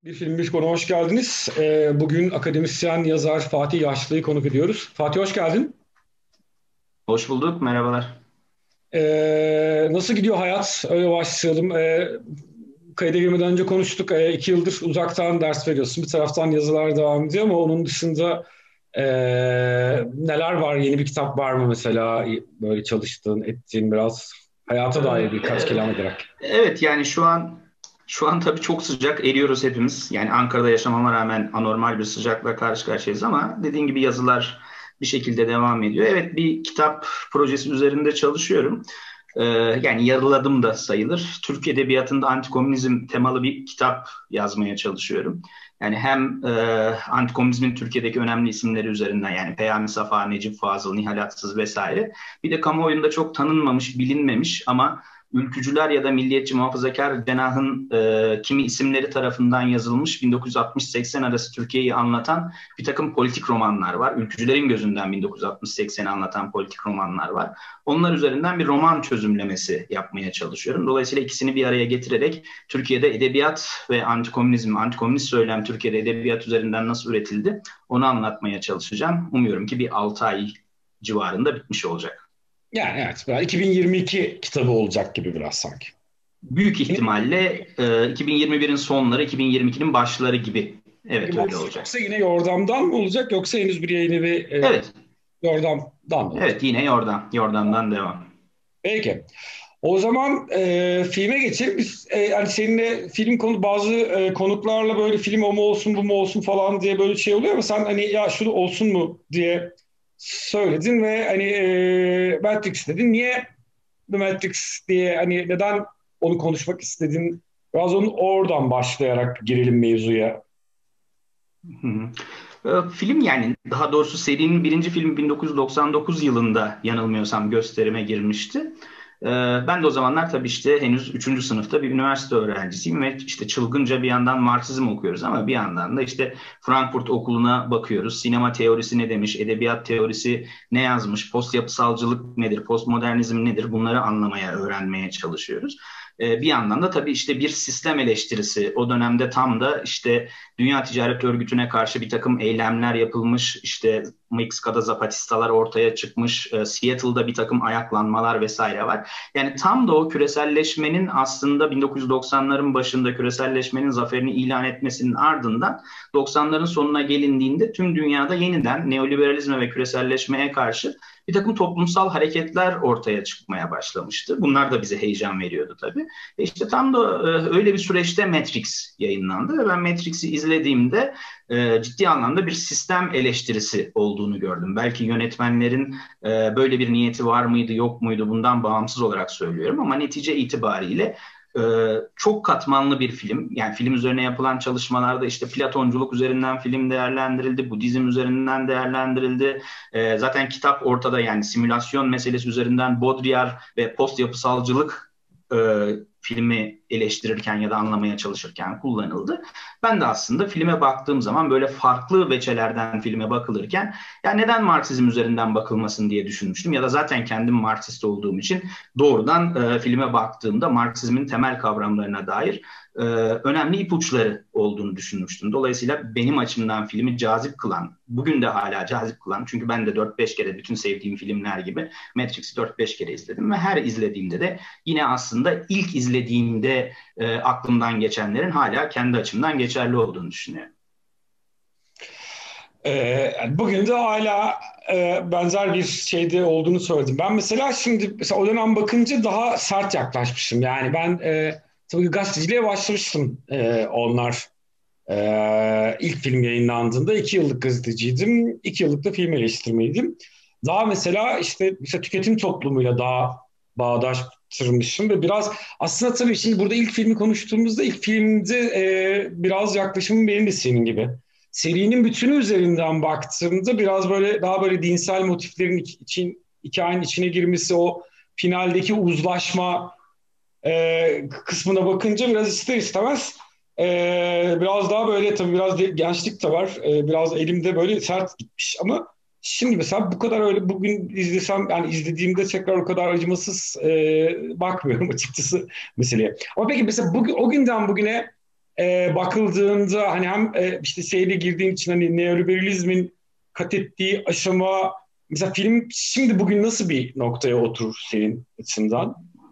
Bir film bir konu hoş geldiniz. Bugün akademisyen yazar Fatih Yaşlı'yı konuk ediyoruz. Fatih hoş geldin. Hoş bulduk, merhabalar. Nasıl gidiyor hayat? Öyle başlayalım. Kayda girmeden önce konuştuk. 2 yıldır uzaktan ders veriyorsun. Bir taraftan yazılar devam ediyor ama onun dışında ee, neler var? Yeni bir kitap var mı mesela? Böyle çalıştığın, ettiğin biraz hayata dair birkaç Ee, kelam ederek. evet yani şu an tabii çok sıcak, eriyoruz hepimiz. Yani Ankara'da yaşamama rağmen anormal bir sıcakla karşı karşıyayız ama dediğin gibi yazılar bir şekilde devam ediyor. Evet, bir kitap projesi üzerinde çalışıyorum. Yani yarıladım da sayılır. Türk Edebiyatı'nda antikomünizm temalı bir kitap yazmaya çalışıyorum. Yani hem antikomünizmin Türkiye'deki önemli isimleri üzerinden, yani Peyami Safa, Necip Fazıl, Nihal Atsız vesaire. Bir de kamuoyunda çok tanınmamış, bilinmemiş ama ülkücüler ya da milliyetçi muhafazakar cenahın kimi isimleri tarafından yazılmış 1960-80 arası Türkiye'yi anlatan bir takım politik romanlar var. Ülkücülerin gözünden 1960-80'i anlatan politik romanlar var. Onlar üzerinden bir roman çözümlemesi yapmaya çalışıyorum. Dolayısıyla ikisini bir araya getirerek Türkiye'de edebiyat ve antikomünizm, antikomünist söylem Türkiye'de edebiyat üzerinden nasıl üretildi onu anlatmaya çalışacağım. Umuyorum ki bir 6 ay civarında bitmiş olacak. Yani evet, biraz 2022 kitabı olacak gibi biraz sanki. Büyük ihtimalle 2021'in sonları, 2022'nin başları gibi. Peki Evet, bu öyle olacak. yoksa yine yordamdan mı olacak yoksa henüz bir yayın evi Evet, yordamdan mı olacak? evet, yine Yordam'dan devam. Peki. O zaman filme geçelim. Biz hani seninle film konu bazı konuklarla böyle film o mu olsun bu mu olsun falan diye böyle şey oluyor ama sen hani ya şunu olsun mu diye söyledin ve hani Matrix dedin. Niye The Matrix diye hani neden onu konuşmak istedin? Biraz onun oradan başlayarak girelim mevzuya. Hı hı. Film, yani daha doğrusu serinin birinci filmi 1999 yılında yanılmıyorsam gösterime girmişti. Ee, Ben de o zamanlar tabii işte henüz üçüncü sınıfta bir üniversite öğrencisiyim ve işte çılgınca bir yandan Marksizm okuyoruz ama bir yandan da işte Frankfurt Okulu'na bakıyoruz. Sinema teorisi ne demiş, edebiyat teorisi ne yazmış, post yapısalcılık nedir, postmodernizm nedir, bunları anlamaya, öğrenmeye çalışıyoruz. Bir yandan da tabii işte bir sistem eleştirisi, o dönemde tam da işte Dünya Ticaret Örgütü'ne karşı bir takım eylemler yapılmış. İşte Meksika'da Zapatistalar ortaya çıkmış. Seattle'da bir takım ayaklanmalar vesaire var. Yani tam da o küreselleşmenin, aslında 1990'ların başında küreselleşmenin zaferini ilan etmesinin ardından 90'ların sonuna gelindiğinde tüm dünyada yeniden neoliberalizme ve küreselleşmeye karşı bir takım toplumsal hareketler ortaya çıkmaya başlamıştı. Bunlar da bize heyecan veriyordu tabii. İşte tam da öyle bir süreçte Matrix yayınlandı ve ben Matrix'i izlediğimde ciddi anlamda bir sistem eleştirisi olduğunu gördüm. Belki yönetmenlerin böyle bir niyeti var mıydı, yok muydu, bundan bağımsız olarak söylüyorum ama netice itibariyle e, çok katmanlı bir film. Yani film üzerine yapılan çalışmalarda işte Platonculuk üzerinden film değerlendirildi, Budizm üzerinden değerlendirildi. Zaten kitap ortada, yani simülasyon meselesi üzerinden Baudrillard ve post yapısalcılık e, filmi eleştirirken ya da anlamaya çalışırken kullanıldı. Ben de aslında filme baktığım zaman böyle farklı veçelerden filme bakılırken ya neden Marksizm üzerinden bakılmasın diye düşünmüştüm. Ya da zaten kendim Marksist olduğum için doğrudan filme baktığımda Marksizmin temel kavramlarına dair önemli ipuçları olduğunu düşünmüştüm. Dolayısıyla benim açımdan filmi cazip kılan, bugün de hala cazip kılan, çünkü ben de 4-5 kere bütün sevdiğim filmler gibi Matrix'i 4-5 kere izledim ve her izlediğimde de yine aslında ilk izlediğimde aklımdan geçenlerin hala kendi açımdan geçerli olduğunu düşünüyorum. Yani bugün de hala benzer bir şeyde olduğunu söyledim. Ben mesela şimdi mesela o dönem bakınca daha sert yaklaşmışım. Yani ben tabii gazeteciliğe başlamıştım onlar. İlk film yayınlandığında 2 yıllık gazeteciydim. 2 yıllık da film eleştirmeniydim. Daha mesela tüketim toplumuyla daha bağdaştırmışım ve biraz aslında tabii şimdi burada ilk filmi konuştuğumuzda ilk filmde biraz yaklaşımım benim de senin gibi. Serinin bütünü üzerinden baktığımda biraz böyle daha böyle dinsel motiflerin hikayenin içine girmesi, o finaldeki uzlaşma kısmına bakınca biraz ister istemez biraz daha böyle tabii biraz gençlik de var. Biraz elimde böyle sert gitmiş ama şimdi mesela bu kadar öyle bugün izlesem yani izlediğimde tekrar o kadar acımasız bakmıyorum açıkçası meseleye. Ama peki mesela bugün o günden bugüne bakıldığında hani hem işte şeyle girdiğin için hani neoliberalizmin kat ettiği aşama, mesela film şimdi bugün nasıl bir noktaya oturur senin açısından?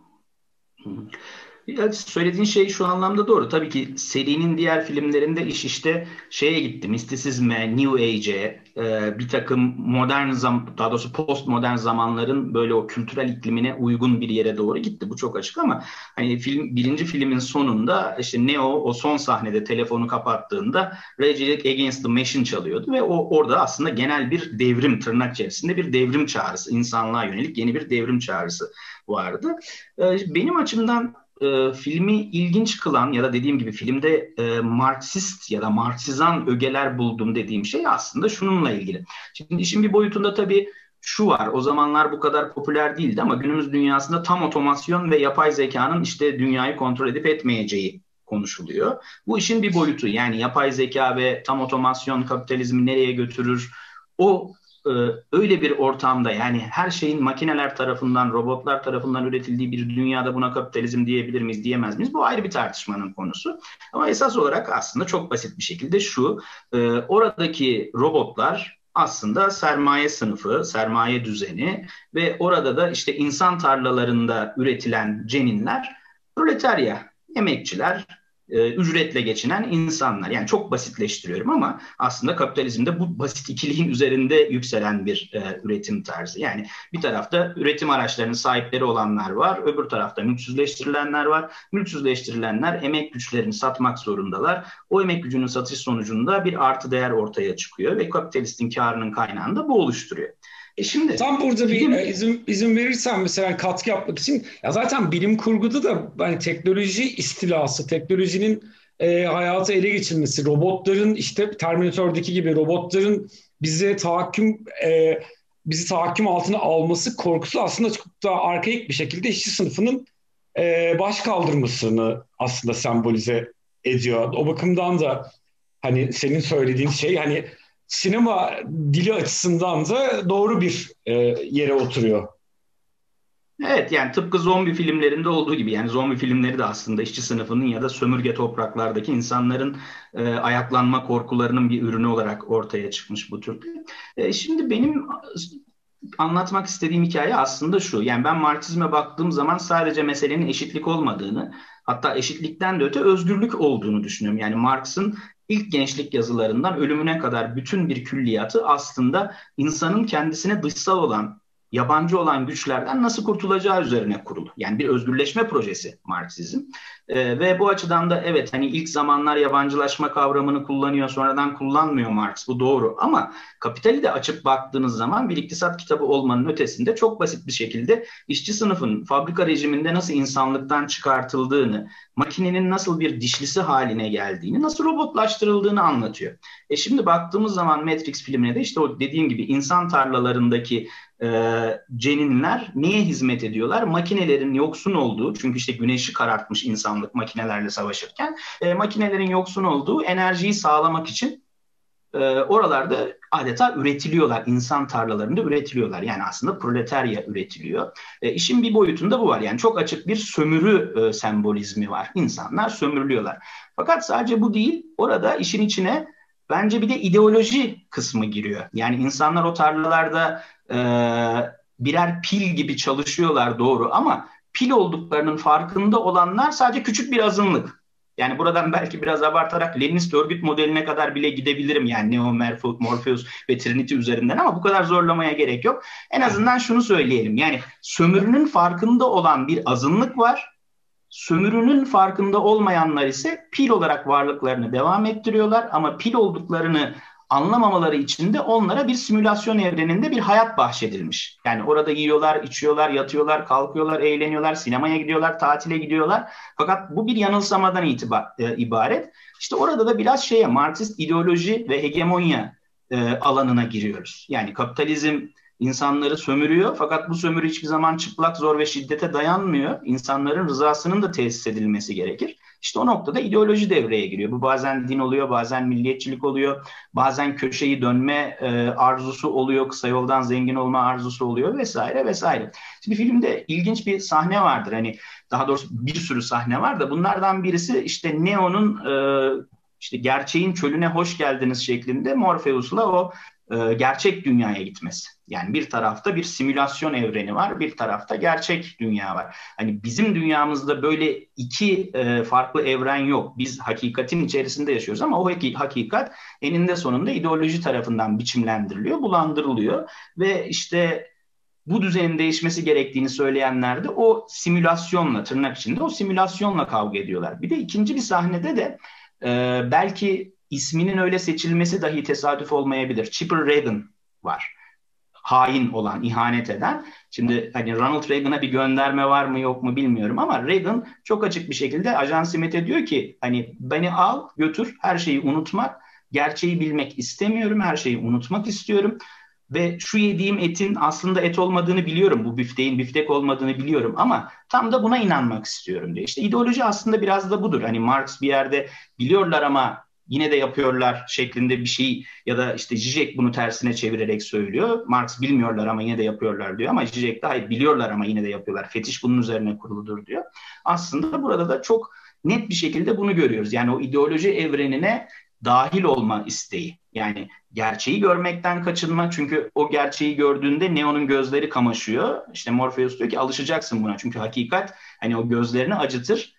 Ya söylediğin şey şu anlamda doğru. Tabii ki serinin diğer filmlerinde iş işte şeye gitti. Mistisizme, New Age'e, bir takım daha doğrusu postmodern zamanların böyle o kültürel iklimine uygun bir yere doğru gitti. Bu çok açık ama hani birinci filmin sonunda işte Neo o son sahnede telefonu kapattığında Rage Against the Machine çalıyordu ve orada aslında genel bir devrim, tırnak içerisinde bir devrim çağrısı, insanlığa yönelik yeni bir devrim çağrısı vardı. Benim açımdan filmi ilginç kılan ya da dediğim gibi filmde Marksist ya da Marksizan ögeler buldum dediğim şey aslında şununla ilgili. Şimdi işin bir boyutunda tabii şu var. O zamanlar bu kadar popüler değildi ama günümüz dünyasında tam otomasyon ve yapay zekanın işte dünyayı kontrol edip etmeyeceği konuşuluyor. Bu işin bir boyutu. Yani yapay zeka ve tam otomasyon kapitalizmi nereye götürür? O öyle bir ortamda, yani her şeyin makineler tarafından, robotlar tarafından üretildiği bir dünyada buna kapitalizm diyebilir miyiz, diyemez miyiz? Bu ayrı bir tartışmanın konusu. Ama esas olarak aslında çok basit bir şekilde şu, oradaki robotlar aslında sermaye sınıfı, sermaye düzeni ve orada da işte insan tarlalarında üretilen ceninler proletarya, emekçiler, ücretle geçinen insanlar. Yani çok basitleştiriyorum ama aslında kapitalizmde bu basit ikiliğin üzerinde yükselen bir üretim tarzı. Yani bir tarafta üretim araçlarının sahipleri olanlar var, öbür tarafta mülksüzleştirilenler var. Mülksüzleştirilenler emek güçlerini satmak zorundalar. O emek gücünün satış sonucunda bir artı değer ortaya çıkıyor ve kapitalistin karının kaynağını da bu oluşturuyor. Şimdi Tam burada bir film izin verirsen mesela katkı yapmak için, ya zaten bilim kurguda da hani teknoloji istilası, teknolojinin hayatı ele geçirmesi, robotların işte Terminator'daki gibi robotların bize bizi tahakküm altına alması korkusu aslında çok da arkaik bir şekilde işçi sınıfının baş kaldırmasını aslında sembolize ediyor. O bakımdan da hani senin söylediğin şey, hani sinema dili açısından da doğru bir yere oturuyor. Evet, yani tıpkı zombi filmlerinde olduğu gibi, yani zombi filmleri de aslında işçi sınıfının ya da sömürge topraklardaki insanların ayaklanma korkularının bir ürünü olarak ortaya çıkmış bu tür. Şimdi benim anlatmak istediğim hikaye aslında şu. Yani ben Marksizme baktığım zaman sadece meselenin eşitlik olmadığını, hatta eşitlikten de öte özgürlük olduğunu düşünüyorum. Yani Marx'ın ilk gençlik yazılarından ölümüne kadar bütün bir külliyatı aslında insanın kendisine dışsal olan, yabancı olan güçlerden nasıl kurtulacağı üzerine kurulu. Yani bir özgürleşme projesi Marksizm. Ve bu açıdan da evet, hani ilk zamanlar yabancılaşma kavramını kullanıyor, sonradan kullanmıyor Marx, bu doğru. Ama Kapital'i de açıp baktığınız zaman bir iktisat kitabı olmanın ötesinde çok basit bir şekilde işçi sınıfın fabrika rejiminde nasıl insanlıktan çıkartıldığını, makinenin nasıl bir dişlisi haline geldiğini, nasıl robotlaştırıldığını anlatıyor. Şimdi baktığımız zaman Matrix filmine de işte o dediğim gibi insan tarlalarındaki ceninler neye hizmet ediyorlar? Makinelerin yoksun olduğu, çünkü işte güneşi karartmış insanlık makinelerle savaşırken, makinelerin yoksun olduğu enerjiyi sağlamak için oralarda adeta üretiliyorlar. İnsan tarlalarında üretiliyorlar. Yani aslında proletarya üretiliyor. İşin bir boyutunda bu var. Yani çok açık bir sömürü sembolizmi var. İnsanlar sömürülüyorlar. Fakat sadece bu değil. Orada işin içine bence bir de ideoloji kısmı giriyor. Yani insanlar o tarlalarda birer pil gibi çalışıyorlar, doğru, ama pil olduklarının farkında olanlar sadece küçük bir azınlık. Yani buradan belki biraz abartarak Leninist örgüt modeline kadar bile gidebilirim. Yani Neo, Morpheus ve Trinity üzerinden, ama bu kadar zorlamaya gerek yok. En azından şunu söyleyelim. Yani sömürünün farkında olan bir azınlık var. Sömürünün farkında olmayanlar ise pil olarak varlıklarını devam ettiriyorlar, ama pil olduklarını anlamamaları için de onlara bir simülasyon evreninde bir hayat bahşedilmiş. Yani orada yiyorlar, içiyorlar, yatıyorlar, kalkıyorlar, eğleniyorlar, sinemaya gidiyorlar, tatile gidiyorlar. Fakat bu bir yanılsamadan ibaret. İşte orada da biraz Marksist ideoloji ve hegemonya alanına giriyoruz. Yani kapitalizm insanları sömürüyor. Fakat bu sömürü hiçbir zaman çıplak, zor ve şiddete dayanmıyor. İnsanların rızasının da tesis edilmesi gerekir. İşte o noktada ideoloji devreye giriyor. Bu bazen din oluyor, bazen milliyetçilik oluyor, bazen köşeyi dönme arzusu oluyor, kısa yoldan zengin olma arzusu oluyor vesaire vesaire. Şimdi filmde ilginç bir sahne vardır. Hani daha doğrusu bir sürü sahne var da bunlardan birisi işte Neo'nun işte gerçeğin çölüne hoş geldiniz şeklinde Morpheus'la o gerçek dünyaya gitmesi. Yani bir tarafta bir simülasyon evreni var, bir tarafta gerçek dünya var. Hani bizim dünyamızda böyle iki farklı evren yok. Biz hakikatin içerisinde yaşıyoruz ama o hakikat eninde sonunda ideoloji tarafından biçimlendiriliyor, bulandırılıyor ve işte bu düzenin değişmesi gerektiğini söyleyenler de o simülasyonla, tırnak içinde o simülasyonla kavga ediyorlar. Bir de ikinci bir sahnede de belki isminin öyle seçilmesi dahi tesadüf olmayabilir. Chipper Regan var. Hain olan, ihanet eden. Şimdi hani Ronald Reagan'a bir gönderme var mı yok mu bilmiyorum ama Reagan çok açık bir şekilde Ajan Smith'e diyor ki hani beni al götür, her şeyi unutmak, gerçeği bilmek istemiyorum, her şeyi unutmak istiyorum. Ve şu yediğim etin aslında et olmadığını biliyorum. Bu bifteğin biftek olmadığını biliyorum ama tam da buna inanmak istiyorum diyor. İşte ideoloji aslında biraz da budur. Hani Marx bir yerde biliyorlar ama yine de yapıyorlar şeklinde bir şey ya da işte Zizek bunu tersine çevirerek söylüyor. Marx bilmiyorlar ama yine de yapıyorlar diyor ama Zizek de hayır biliyorlar ama yine de yapıyorlar. Fetiş bunun üzerine kuruludur diyor. Aslında burada da çok net bir şekilde bunu görüyoruz. Yani o ideoloji evrenine dahil olma isteği. Yani gerçeği görmekten kaçınma çünkü o gerçeği gördüğünde Neo'nun gözleri kamaşıyor. İşte Morpheus diyor ki alışacaksın buna çünkü hakikat hani o gözlerini acıtır.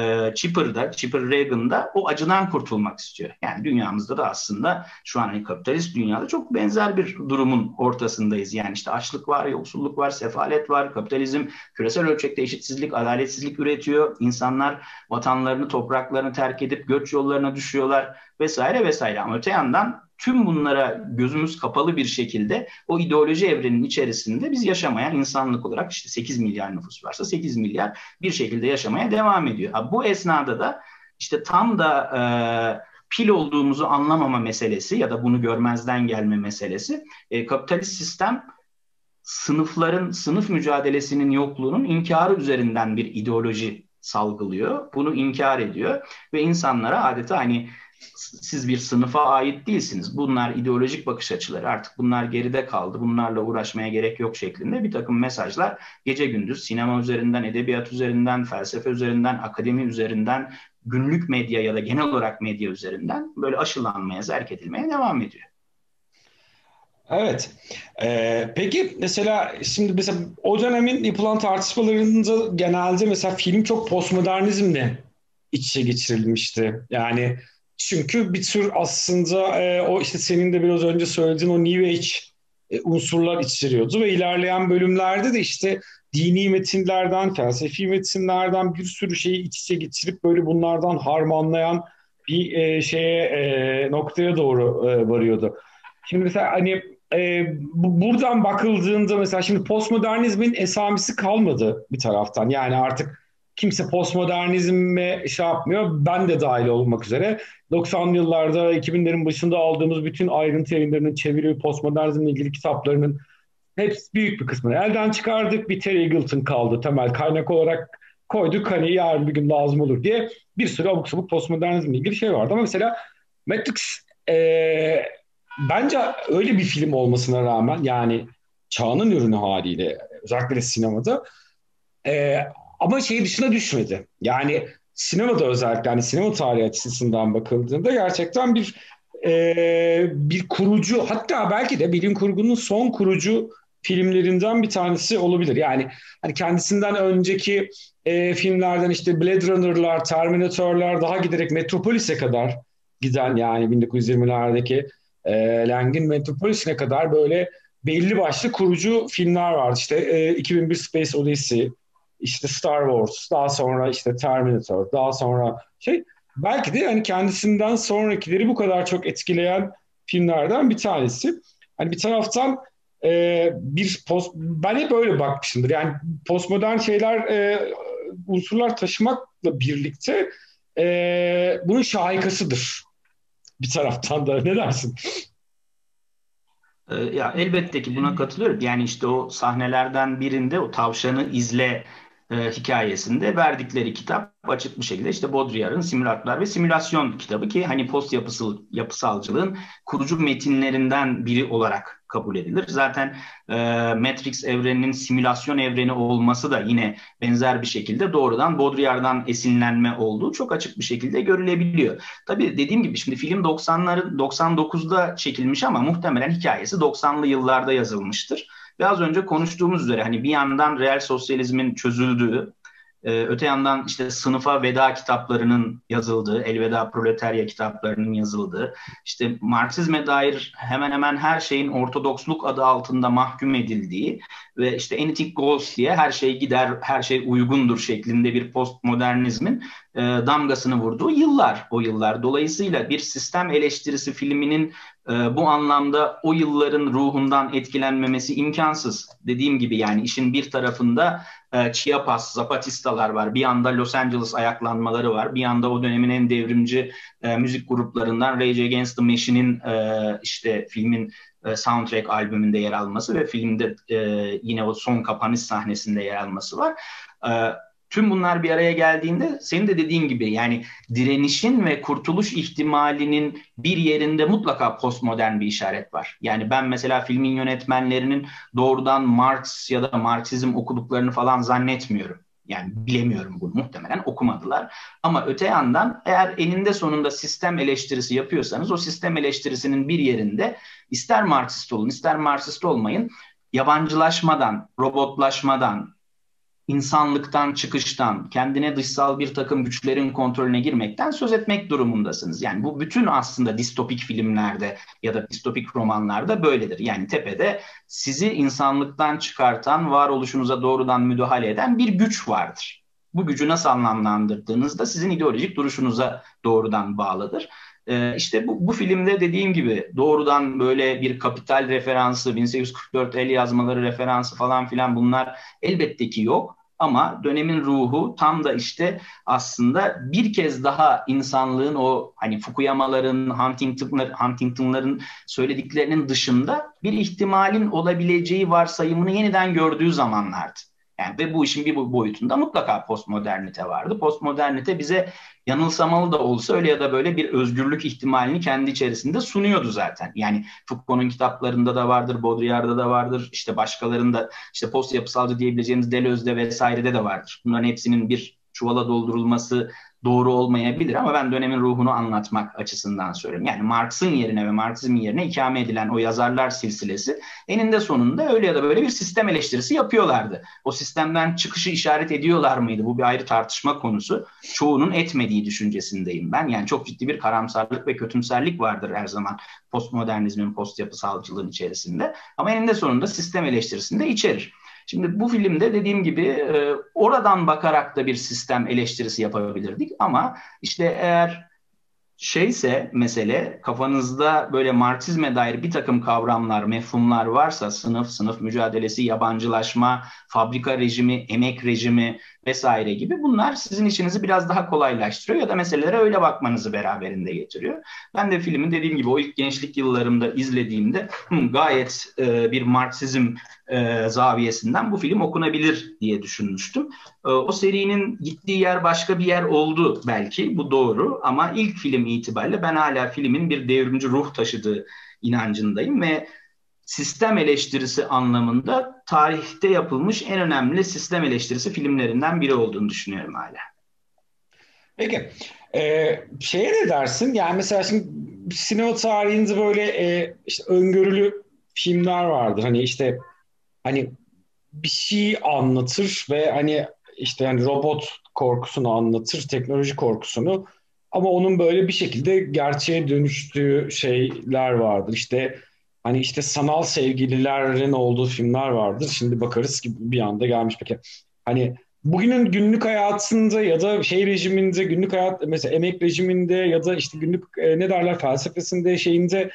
Chipper Regan'da o acıdan kurtulmak istiyor. Yani dünyamızda da aslında şu an hani kapitalist dünyada çok benzer bir durumun ortasındayız. Yani işte açlık var, yoksulluk var, sefalet var. Kapitalizm küresel ölçekte eşitsizlik, adaletsizlik üretiyor. İnsanlar vatanlarını, topraklarını terk edip göç yollarına düşüyorlar vesaire vesaire. Ama öte yandan tüm bunlara gözümüz kapalı bir şekilde o ideoloji evrenin içerisinde biz yaşamayan insanlık olarak işte 8 milyar nüfus varsa 8 milyar bir şekilde yaşamaya devam ediyor. Bu esnada da işte tam da pil olduğumuzu anlamama meselesi ya da bunu görmezden gelme meselesi kapitalist sistem sınıfların, sınıf mücadelesinin yokluğunun inkarı üzerinden bir ideoloji salgılıyor. Bunu inkar ediyor ve insanlara adeta hani siz bir sınıfa ait değilsiniz. Bunlar ideolojik bakış açıları. Artık bunlar geride kaldı. Bunlarla uğraşmaya gerek yok şeklinde bir takım mesajlar gece gündüz sinema üzerinden, edebiyat üzerinden, felsefe üzerinden, akademi üzerinden, günlük medya ya da genel olarak medya üzerinden böyle aşılanmaya, zerk edilmeye devam ediyor. Evet. Peki mesela şimdi mesela o dönemin yapılan tartışmalarında genelde mesela film çok postmodernizmle iç içe geçirilmişti. Yani çünkü bir tür aslında o işte senin de biraz önce söylediğin o New Age unsurlar içeriyordu ve ilerleyen bölümlerde de işte dini metinlerden, felsefi metinlerden bir sürü şeyi iç içe geçirip böyle bunlardan harmanlayan bir noktaya doğru varıyordu. Şimdi mesela hani buradan bakıldığında mesela şimdi postmodernizmin esamesi kalmadı bir taraftan. Yani artık kimse postmodernizme şey yapmıyor. Ben de dahil olmak üzere. 90'lı yıllarda 2000'lerin başında aldığımız bütün ayrıntı yayınlarının çeviri postmodernizmle ilgili kitaplarının hepsi büyük bir kısmını elden çıkardık. Bir Terry Eagleton kaldı temel kaynak olarak koyduk. Hani yarın bir gün lazım olur diye bir sürü abuk sabuk postmodernizmle ilgili şey vardı. Ama mesela Matrix bence öyle bir film olmasına rağmen yani çağının ürünü haliyle özellikle de sinemada e, ama şey dışına düşmedi. Yani sinemada özellikle hani sinema tarihi açısından bakıldığında gerçekten bir kurucu hatta belki de bilim kurgunun son kurucu filmlerinden bir tanesi olabilir. Yani hani kendisinden önceki filmlerden işte Blade Runner'lar, Terminator'lar daha giderek Metropolis'e kadar giden yani 1920'lerdeki Lang'in Metropolis'ine kadar böyle belli başlı kurucu filmler vardı. İşte 2001 Space Odyssey, işte Star Wars, daha sonra işte Terminator, daha sonra belki de hani kendisinden sonrakileri bu kadar çok etkileyen filmlerden bir tanesi. Hani bir taraftan ben hep öyle bakmışımdır. Yani postmodern unsurlar taşımakla birlikte bunun şahikasıdır. Bir taraftan da ne dersin? Ya elbette ki buna katılıyorum. Yani işte o sahnelerden birinde o tavşanı izle hikayesinde verdikleri kitap açık bir şekilde işte Baudrillard'ın Simülaklar ve Simülasyon kitabı, ki hani yapısalcılığın kurucu metinlerinden biri olarak kabul edilir. Zaten e, Matrix evreninin simülasyon evreni olması da yine benzer bir şekilde doğrudan Baudrillard'dan esinlenme olduğu çok açık bir şekilde görülebiliyor. Tabii dediğim gibi şimdi film 99'da çekilmiş ama muhtemelen hikayesi 90'lı yıllarda yazılmıştır. Ve az önce konuştuğumuz üzere hani bir yandan reel sosyalizmin çözüldüğü, öte yandan işte sınıfa veda kitaplarının yazıldığı, Elveda Proletarya kitaplarının yazıldığı, işte Marksizme dair hemen hemen her şeyin ortodoksluk adı altında mahkum edildiği ve işte anything goes diye her şey gider, her şey uygundur şeklinde bir postmodernizmin damgasını vurduğu yıllar o yıllar. Dolayısıyla bir sistem eleştirisi filminin bu anlamda o yılların ruhundan etkilenmemesi imkansız. Dediğim gibi yani işin bir tarafında Chiapas, Zapatistalar var. Bir yanda Los Angeles ayaklanmaları var. Bir yanda o dönemin en devrimci müzik gruplarından Rage Against the Machine'in işte filmin soundtrack albümünde yer alması ve filmde yine o son kapanış sahnesinde yer alması var. Tüm bunlar bir araya geldiğinde senin de dediğin gibi yani direnişin ve kurtuluş ihtimalinin bir yerinde mutlaka postmodern bir işaret var. Yani ben mesela filmin yönetmenlerinin doğrudan Marx ya da Marksizm okuduklarını falan zannetmiyorum. Yani bilemiyorum bunu, muhtemelen okumadılar. Ama öte yandan eğer eninde sonunda sistem eleştirisi yapıyorsanız o sistem eleştirisinin bir yerinde ister Marksist olun ister Marksist olmayın, yabancılaşmadan, robotlaşmadan, insanlıktan çıkıştan, kendine dışsal bir takım güçlerin kontrolüne girmekten söz etmek durumundasınız. Yani bu bütün aslında distopik filmlerde ya da distopik romanlarda böyledir. Yani tepede sizi insanlıktan çıkartan, varoluşunuza doğrudan müdahale eden bir güç vardır. Bu gücü nasıl anlamlandırdığınızda sizin ideolojik duruşunuza doğrudan bağlıdır. İşte bu filmde dediğim gibi doğrudan böyle bir kapital referansı, 1844 el yazmaları referansı falan filan bunlar elbette ki yok. Ama dönemin ruhu tam da işte aslında bir kez daha insanlığın o hani Fukuyama'ların, Huntington'ların söylediklerinin dışında bir ihtimalin olabileceği varsayımını yeniden gördüğü zamanlardı. Yani ve bu işin bir boyutunda mutlaka postmodernite vardı. Postmodernite bize yanılsamalı da olsa öyle ya da böyle bir özgürlük ihtimalini kendi içerisinde sunuyordu zaten. Yani Foucault'un kitaplarında da vardır, Baudrillard'da da vardır, işte başkalarında, işte post yapısalcı diyebileceğimiz Deleuze'de vesairede de vardır. Bunların hepsinin bir çuvala doldurulması doğru olmayabilir ama ben dönemin ruhunu anlatmak açısından söylüyorum. Yani Marx'ın yerine ve Marksizmin yerine ikame edilen o yazarlar silsilesi eninde sonunda öyle ya da böyle bir sistem eleştirisi yapıyorlardı. O sistemden çıkışı işaret ediyorlar mıydı? Bu bir ayrı tartışma konusu. Çoğunun etmediği düşüncesindeyim ben. Yani çok ciddi bir karamsarlık ve kötümserlik vardır her zaman postmodernizmin, post yapısalcılığın içerisinde. Ama eninde sonunda sistem eleştirisini de içerir. Şimdi bu filmde dediğim gibi oradan bakarak da bir sistem eleştirisi yapabilirdik ama işte eğer şeyse mesele kafanızda böyle Marksizme dair bir takım kavramlar, mefhumlar varsa sınıf mücadelesi, yabancılaşma, fabrika rejimi, emek rejimi vesaire gibi bunlar sizin işinizi biraz daha kolaylaştırıyor ya da meselelere öyle bakmanızı beraberinde getiriyor. Ben de filmin dediğim gibi o ilk gençlik yıllarımda izlediğimde gayet bir Marksizm zaviyesinden bu film okunabilir diye düşünmüştüm. O serinin gittiği yer başka bir yer oldu belki, bu doğru ama ilk film itibariyle ben hala filmin bir devrimci ruh taşıdığı inancındayım ve sistem eleştirisi anlamında tarihte yapılmış en önemli sistem eleştirisi filmlerinden biri olduğunu düşünüyorum hala. Peki. Şeye ne dersin? Yani mesela şimdi sinema tarihinde böyle işte öngörülü filmler vardır. Hani işte hani bir şey anlatır ve hani işte yani robot korkusunu anlatır, teknoloji korkusunu ama onun böyle bir şekilde gerçeğe dönüştüğü şeyler vardır. İşte hani işte sanal sevgililerin olduğu filmler vardır. Şimdi bakarız ki bir anda gelmiş peki. Hani bugünün günlük hayatında ya da şey rejiminde, günlük hayat mesela emek rejiminde ya da işte günlük ne derler felsefesinde şeyinde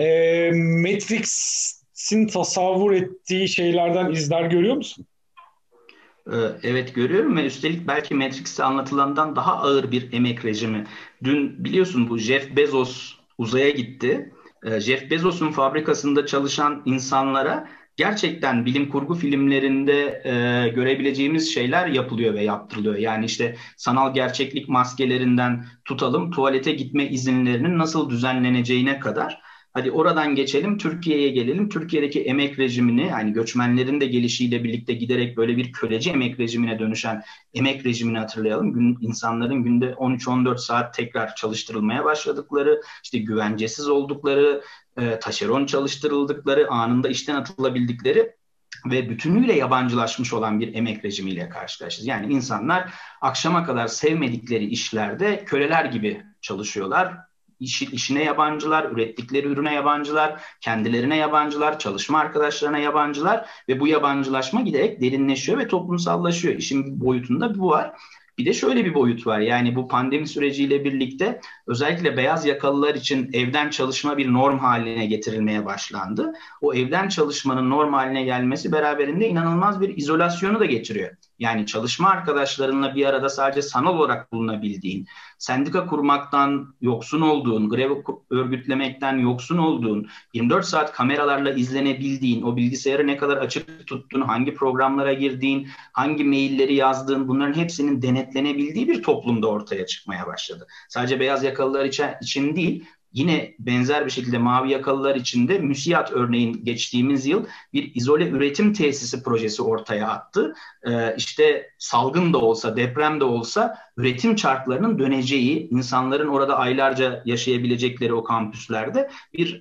Matrix'in tasavvur ettiği şeylerden izler görüyor musun? Evet görüyorum ve üstelik belki Matrix'te anlatılandan daha ağır bir emek rejimi. Dün biliyorsun bu Jeff Bezos uzaya gitti Jeff Bezos'un fabrikasında çalışan insanlara gerçekten bilim kurgu filmlerinde görebileceğimiz şeyler yapılıyor ve yaptırılıyor. Yani işte sanal gerçeklik maskelerinden tutalım, tuvalete gitme izinlerinin nasıl düzenleneceğine kadar. Hadi oradan geçelim, Türkiye'ye gelelim. Türkiye'deki emek rejimini, yani göçmenlerin de gelişiyle birlikte giderek böyle bir köleci emek rejimine dönüşen emek rejimini hatırlayalım. İnsanların günde 13-14 saat tekrar çalıştırılmaya başladıkları, işte güvencesiz oldukları, taşeron çalıştırıldıkları, anında işten atılabildikleri ve bütünüyle yabancılaşmış olan bir emek rejimiyle karşılaşırız. Yani insanlar akşama kadar sevmedikleri işlerde köleler gibi çalışıyorlar. İşine yabancılar, ürettikleri ürüne yabancılar, kendilerine yabancılar, çalışma arkadaşlarına yabancılar ve bu yabancılaşma giderek derinleşiyor ve toplumsallaşıyor. İşin bir boyutunda bu var. Bir de şöyle bir boyut var. Yani bu pandemi süreciyle birlikte özellikle beyaz yakalılar için evden çalışma bir norm haline getirilmeye başlandı. O evden çalışmanın norm haline gelmesi beraberinde inanılmaz bir izolasyonu da getiriyor. Yani çalışma arkadaşlarınla bir arada sadece sanal olarak bulunabildiğin, sendika kurmaktan yoksun olduğun, grev örgütlemekten yoksun olduğun, 24 saat kameralarla izlenebildiğin, o bilgisayarı ne kadar açık tuttuğun, hangi programlara girdiğin, hangi mailleri yazdığın, bunların hepsinin denetlenebildiği bir toplumda ortaya çıkmaya başladı. Sadece beyaz yakalılar için değil, yine benzer bir şekilde mavi yakalılar için de MÜSİAD örneğin geçtiğimiz yıl bir izole üretim tesisi projesi ortaya attı. İşte salgın da olsa, deprem de olsa üretim çarklarının döneceği, insanların orada aylarca yaşayabilecekleri o kampüslerde bir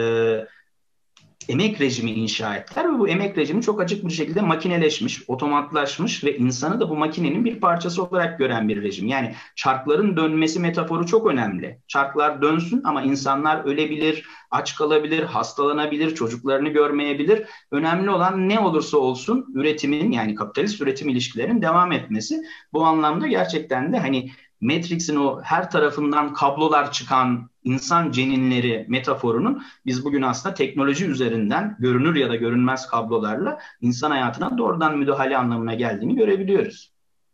emek rejimi inşa ettiler ve bu emek rejimi çok açık bir şekilde makineleşmiş, otomatlaşmış ve insanı da bu makinenin bir parçası olarak gören bir rejim. Yani çarkların dönmesi metaforu çok önemli. Çarklar dönsün ama insanlar ölebilir, aç kalabilir, hastalanabilir, çocuklarını görmeyebilir. Önemli olan ne olursa olsun üretimin, yani kapitalist üretim ilişkilerinin devam etmesi. Bu anlamda gerçekten de hani Matrix'in o her tarafından kablolar çıkan insan ceninleri metaforunun biz bugün aslında teknoloji üzerinden görünür ya da görünmez kablolarla insan hayatına doğrudan müdahale anlamına geldiğini görebiliyoruz.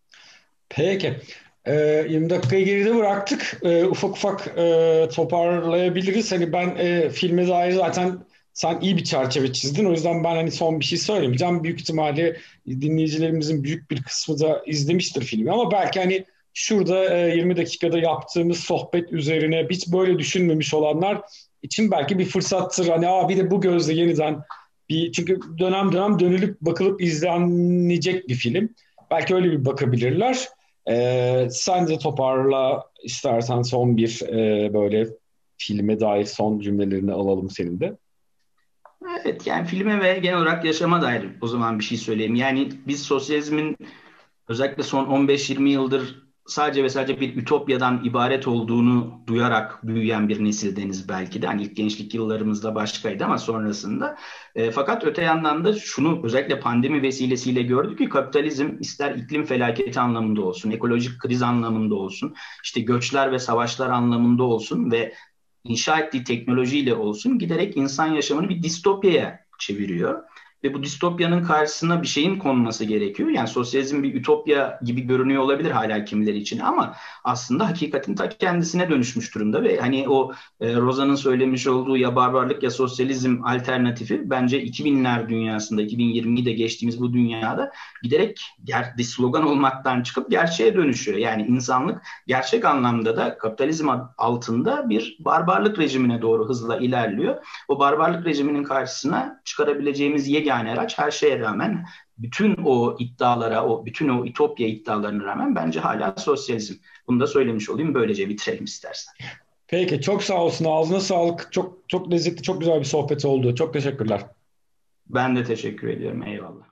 Peki. 20 dakikayı geride bıraktık. Ufak ufak toparlayabiliriz. Hani ben filme dair zaten sen iyi bir çerçeve çizdin. O yüzden ben hani son bir şey söylemeyeceğim. Büyük ihtimalle dinleyicilerimizin büyük bir kısmı da izlemiştir filmi. Ama belki hani şurada 20 dakikada yaptığımız sohbet üzerine hiç böyle düşünmemiş olanlar için belki bir fırsattır. Hani bir de bu gözle yeniden çünkü dönem dönem dönülüp bakılıp izlenecek bir film. Belki öyle bir bakabilirler. Sen de toparla istersen son bir böyle filme dair son cümlelerini alalım senin de. Evet, yani filme ve genel olarak yaşama dair o zaman bir şey söyleyeyim. Yani biz sosyalizmin özellikle son 15-20 yıldır sadece ve sadece bir ütopyadan ibaret olduğunu duyarak büyüyen bir nesildeniz belki de. Hani ilk gençlik yıllarımızda başkaydı ama sonrasında. Fakat öte yandan da şunu özellikle pandemi vesilesiyle gördük ki kapitalizm ister iklim felaketi anlamında olsun, ekolojik kriz anlamında olsun, işte göçler ve savaşlar anlamında olsun ve inşa ettiği teknolojiyle olsun giderek insan yaşamını bir distopyaya çeviriyor. Ve bu distopyanın karşısına bir şeyin konması gerekiyor. Yani sosyalizm bir ütopya gibi görünüyor olabilir hala kimileri için ama aslında hakikatin ta kendisine dönüşmüş durumda ve hani o Rosa'nın söylemiş olduğu ya barbarlık ya sosyalizm alternatifi bence 2000'ler dünyasında, 2020'yi de geçtiğimiz bu dünyada giderek bir slogan olmaktan çıkıp gerçeğe dönüşüyor. Yani insanlık gerçek anlamda da kapitalizm altında bir barbarlık rejimine doğru hızla ilerliyor. O barbarlık rejiminin karşısına çıkarabileceğimiz yegane araç her şeye rağmen bütün o iddialara, bütün o ütopya iddialarına rağmen bence hala sosyalizm. Bunu da söylemiş olayım. Böylece bitirelim istersen. Peki çok sağ olsun. Ağzına sağlık. Çok çok lezzetli, çok güzel bir sohbet oldu. Çok teşekkürler. Ben de teşekkür ediyorum. Eyvallah.